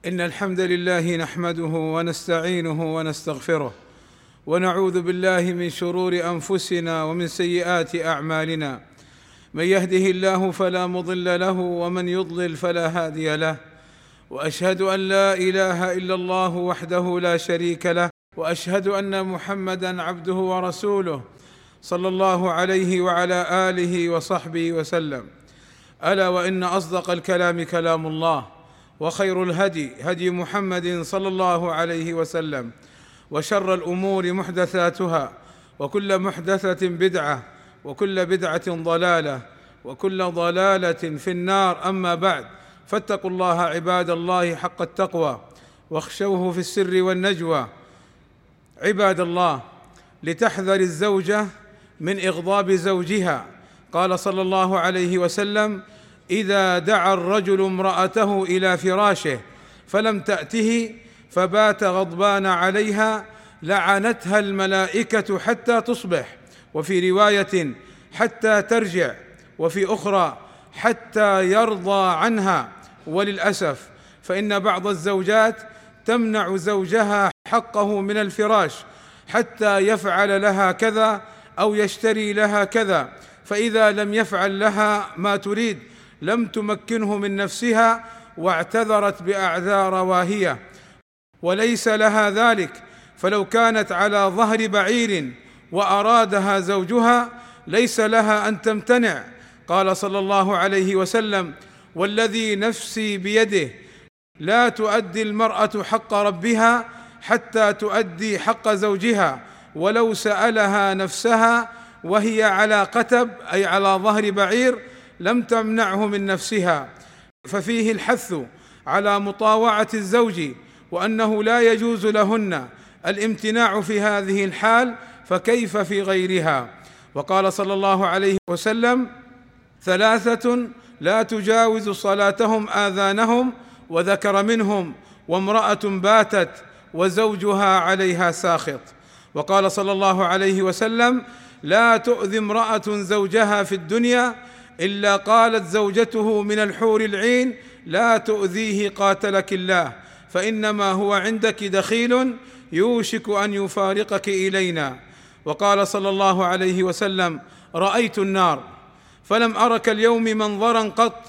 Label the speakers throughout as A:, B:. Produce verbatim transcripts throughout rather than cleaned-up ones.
A: إن الحمد لله نحمده ونستعينه ونستغفره ونعوذ بالله من شرور أنفسنا ومن سيئات أعمالنا. من يهده الله فلا مضل له ومن يضلل فلا هادي له، وأشهد أن لا إله إلا الله وحده لا شريك له، وأشهد أن محمدًا عبده ورسوله صلى الله عليه وعلى آله وصحبه وسلم. ألا وإن أصدق الكلام كلام الله، وخير الهدي هدي محمد صلى الله عليه وسلم، وشر الأمور محدثاتها، وكل محدثة بدعة، وكل بدعة ضلالة، وكل ضلالة في النار. أما بعد، فاتقوا الله عباد الله حق التقوى، واخشوه في السر والنجوى. عباد الله، لتحذر الزوجة من إغضاب زوجها. قال صلى الله عليه وسلم: إذا دعا الرجل امرأته إلى فراشه فلم تأته فبات غضبان عليها لعنتها الملائكة حتى تصبح، وفي رواية حتى ترجع، وفي أخرى حتى يرضى عنها. وللأسف فإن بعض الزوجات تمنع زوجها حقه من الفراش حتى يفعل لها كذا أو يشتري لها كذا، فإذا لم يفعل لها ما تريد لم تمكنه من نفسها، واعتذرت بأعذار واهية وليس لها ذلك. فلو كانت على ظهر بعير وأرادها زوجها ليس لها أن تمتنع. قال صلى الله عليه وسلم: والذي نفسي بيده لا تؤدي المرأة حق ربها حتى تؤدي حق زوجها، ولو سألها نفسها وهي على قتب أي على ظهر بعير لم تمنعه من نفسها. ففيه الحث على مطاوعة الزوج، وأنه لا يجوز لهن الامتناع في هذه الحال، فكيف في غيرها؟ وقال صلى الله عليه وسلم: ثلاثة لا تجاوز صلاتهم آذانهم، وذكر منهم: وامرأة باتت وزوجها عليها ساخط. وقال صلى الله عليه وسلم: لا تؤذي امرأة زوجها في الدنيا إلا قالت زوجته من الحور العين: لا تؤذيه قاتلك الله، فإنما هو عندك دخيل يوشك أن يفارقك إلينا. وقال صلى الله عليه وسلم: رأيت النار فلم أرك اليوم منظرا قط،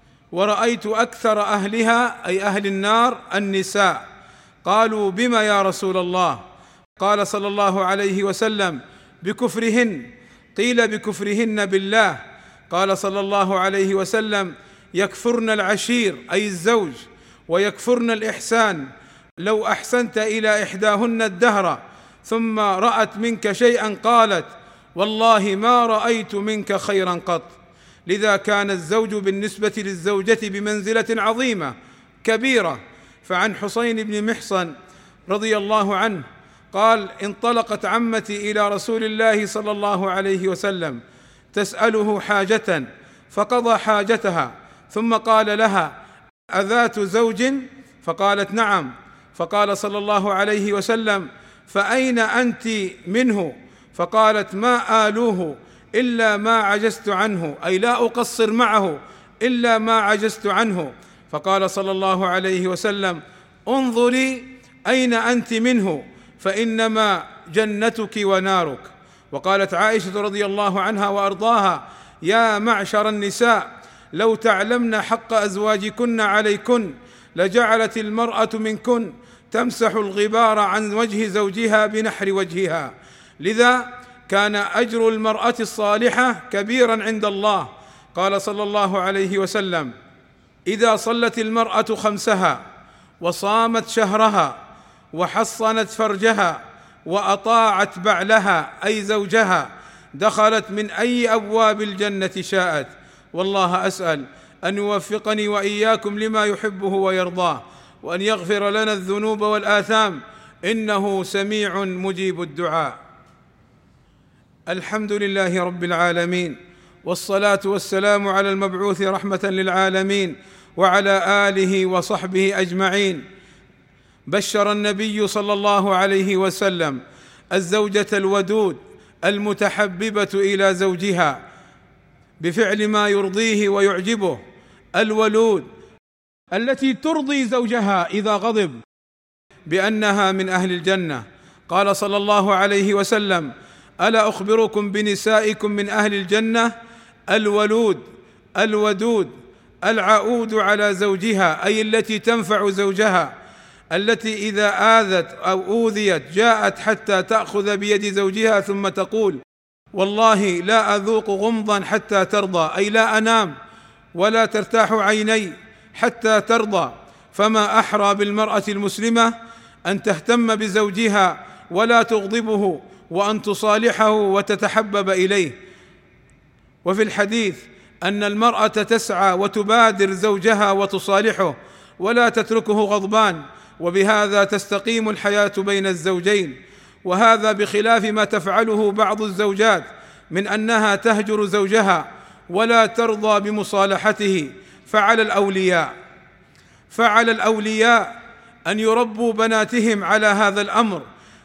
A: ورأيت أكثر أهلها أي أهل النار النساء. قالوا: بما يا رسول الله؟ قال صلى الله عليه وسلم: بكفرهن. قيل: بكفرهن بالله؟ قال صلى الله عليه وسلم: يكفرن العشير أي الزوج، ويكفرن الإحسان. لو أحسنت إلى إحداهن الدهر ثم رأت منك شيئا قالت: والله ما رأيت منك خيرا قط. لذا كان الزوج بالنسبة للزوجة بمنزلة عظيمة كبيرة. فعن حسين بن محصن رضي الله عنه قال: انطلقت عمتي إلى رسول الله صلى الله عليه وسلم تسأله حاجة، فقضى حاجتها، ثم قال لها: أذات زوج؟ فقالت: نعم. فقال صلى الله عليه وسلم: فأين أنت منه؟ فقالت: ما آلوه إلا ما عجزت عنه، أي لا أقصر معه إلا ما عجزت عنه. فقال صلى الله عليه وسلم: انظري أين أنت منه، فإنما جنتك ونارك. وقالت عائشة رضي الله عنها وأرضاها: يا معشر النساء، لو تعلمن حق أزواجكن عليكن لجعلت المرأة منكن تمسح الغبار عن وجه زوجها بنحر وجهها. لذا كان أجر المرأة الصالحة كبيرا عند الله. قال صلى الله عليه وسلم: إذا صلت المرأة خمسها وصامت شهرها وحصنت فرجها وأطاعت بعلها أي زوجها دخلت من أي أبواب الجنة شاءت. والله أسأل أن يوفقني وإياكم لما يحبه ويرضاه، وأن يغفر لنا الذنوب والآثام، إنه سميع مجيب الدعاء. الحمد لله رب العالمين، والصلاة والسلام على المبعوث رحمة للعالمين وعلى آله وصحبه أجمعين. بشر النبي صلى الله عليه وسلم الزوجة الودود المتحببة إلى زوجها بفعل ما يرضيه ويعجبه، الولود التي ترضي زوجها إذا غضب بأنها من أهل الجنة. قال صلى الله عليه وسلم: ألا أخبركم بنسائكم من أهل الجنة؟ الولود الودود العؤود على زوجها، أي التي تنفع زوجها، التي إذا آذت أو أوذيت جاءت حتى تأخذ بيد زوجها ثم تقول: والله لا أذوق غمضا حتى ترضى، أي لا أنام ولا ترتاح عيني حتى ترضى. فما أحرى بالمرأة المسلمة أن تهتم بزوجها ولا تغضبه، وأن تصالحه وتتحبب إليه. وفي الحديث أن المرأة تسعى وتبادر زوجها وتصالحه ولا تتركه غضبان، وبهذا تستقيم الحياة بين الزوجين. وهذا بخلاف ما تفعله بعض الزوجات من أنها تهجر زوجها ولا ترضى بمصالحته. فعلى الأولياء فعلى الأولياء أن يربوا بناتهم على هذا الأمر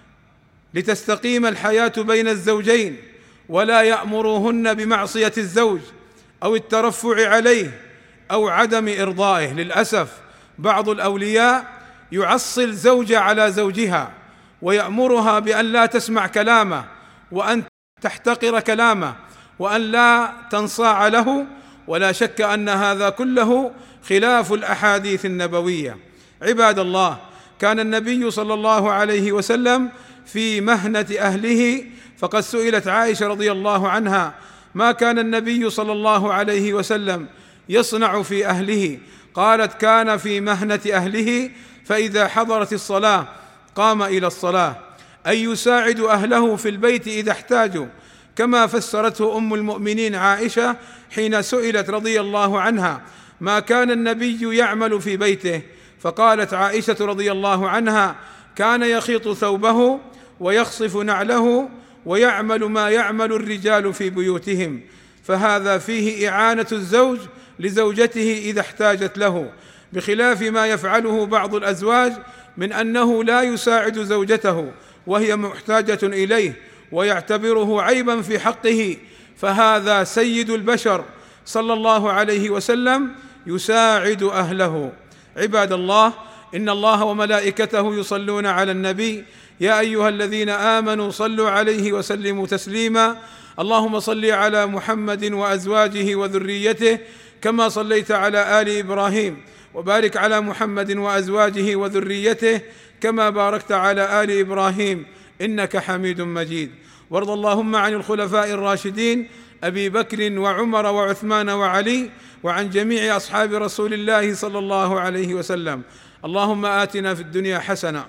A: لتستقيم الحياة بين الزوجين، ولا يأمروهن بمعصية الزوج أو الترفع عليه أو عدم إرضائه. للأسف بعض الأولياء يعصي الزوجة على زوجها ويأمرها بأن لا تسمع كلامه، وأن تحتقر كلامه، وأن لا تنصاع له. ولا شك أن هذا كله خلاف الأحاديث النبوية. عباد الله، كان النبي صلى الله عليه وسلم في مهنة أهله، فقد سئلت عائشة رضي الله عنها: ما كان النبي صلى الله عليه وسلم يصنع في أهله؟ قالت: كان في مهنة أهله، فإذا حضرت الصلاة قام إلى الصلاة، أي يساعد أهله في البيت إذا احتاجوا، كما فسرته أم المؤمنين عائشة حين سئلت رضي الله عنها: ما كان النبي يعمل في بيته؟ فقالت عائشة رضي الله عنها: كان يخيط ثوبه ويخصف نعله ويعمل ما يعمل الرجال في بيوتهم. فهذا فيه إعانة الزوج لزوجته إذا احتاجت له، بخلاف ما يفعله بعض الأزواج من أنه لا يساعد زوجته وهي محتاجة إليه ويعتبره عيبا في حقه. فهذا سيد البشر صلى الله عليه وسلم يساعد أهله. عباد الله، إن الله وملائكته يصلون على النبي، يا أيها الذين آمنوا صلوا عليه وسلموا تسليما. اللهم صل على محمد وأزواجه وذريته كما صليت على آل إبراهيم، وبارك على محمد وأزواجه وذريته كما باركت على آل إبراهيم إنك حميد مجيد. وارض اللهم عن الخلفاء الراشدين أبي بكر وعمر وعثمان وعلي، وعن جميع أصحاب رسول الله صلى الله عليه وسلم. اللهم آتنا في الدنيا حسنة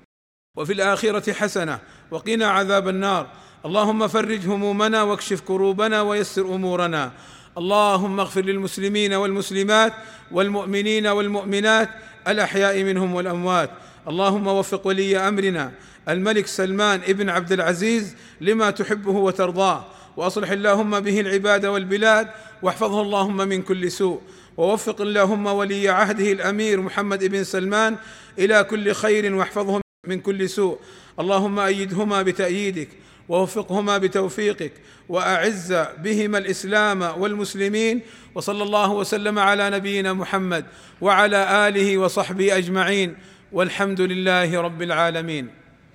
A: وفي الآخرة حسنة وقنا عذاب النار. اللهم فرج همومنا واكشف كروبنا ويسر أمورنا. اللهم اغفر للمسلمين والمسلمات والمؤمنين والمؤمنات الأحياء منهم والأموات. اللهم وفق ولي أمرنا الملك سلمان ابن عبد العزيز لما تحبه وترضاه، وأصلح اللهم به العباد والبلاد، واحفظه اللهم من كل سوء، ووفق اللهم ولي عهده الأمير محمد بن سلمان إلى كل خير، واحفظه من كل سوء. اللهم أيدهما بتأييدك، ووفقهما بتوفيقك، وأعز بهما الإسلام والمسلمين. وصلى الله وسلم على نبينا محمد وعلى آله وصحبه أجمعين، والحمد لله رب العالمين.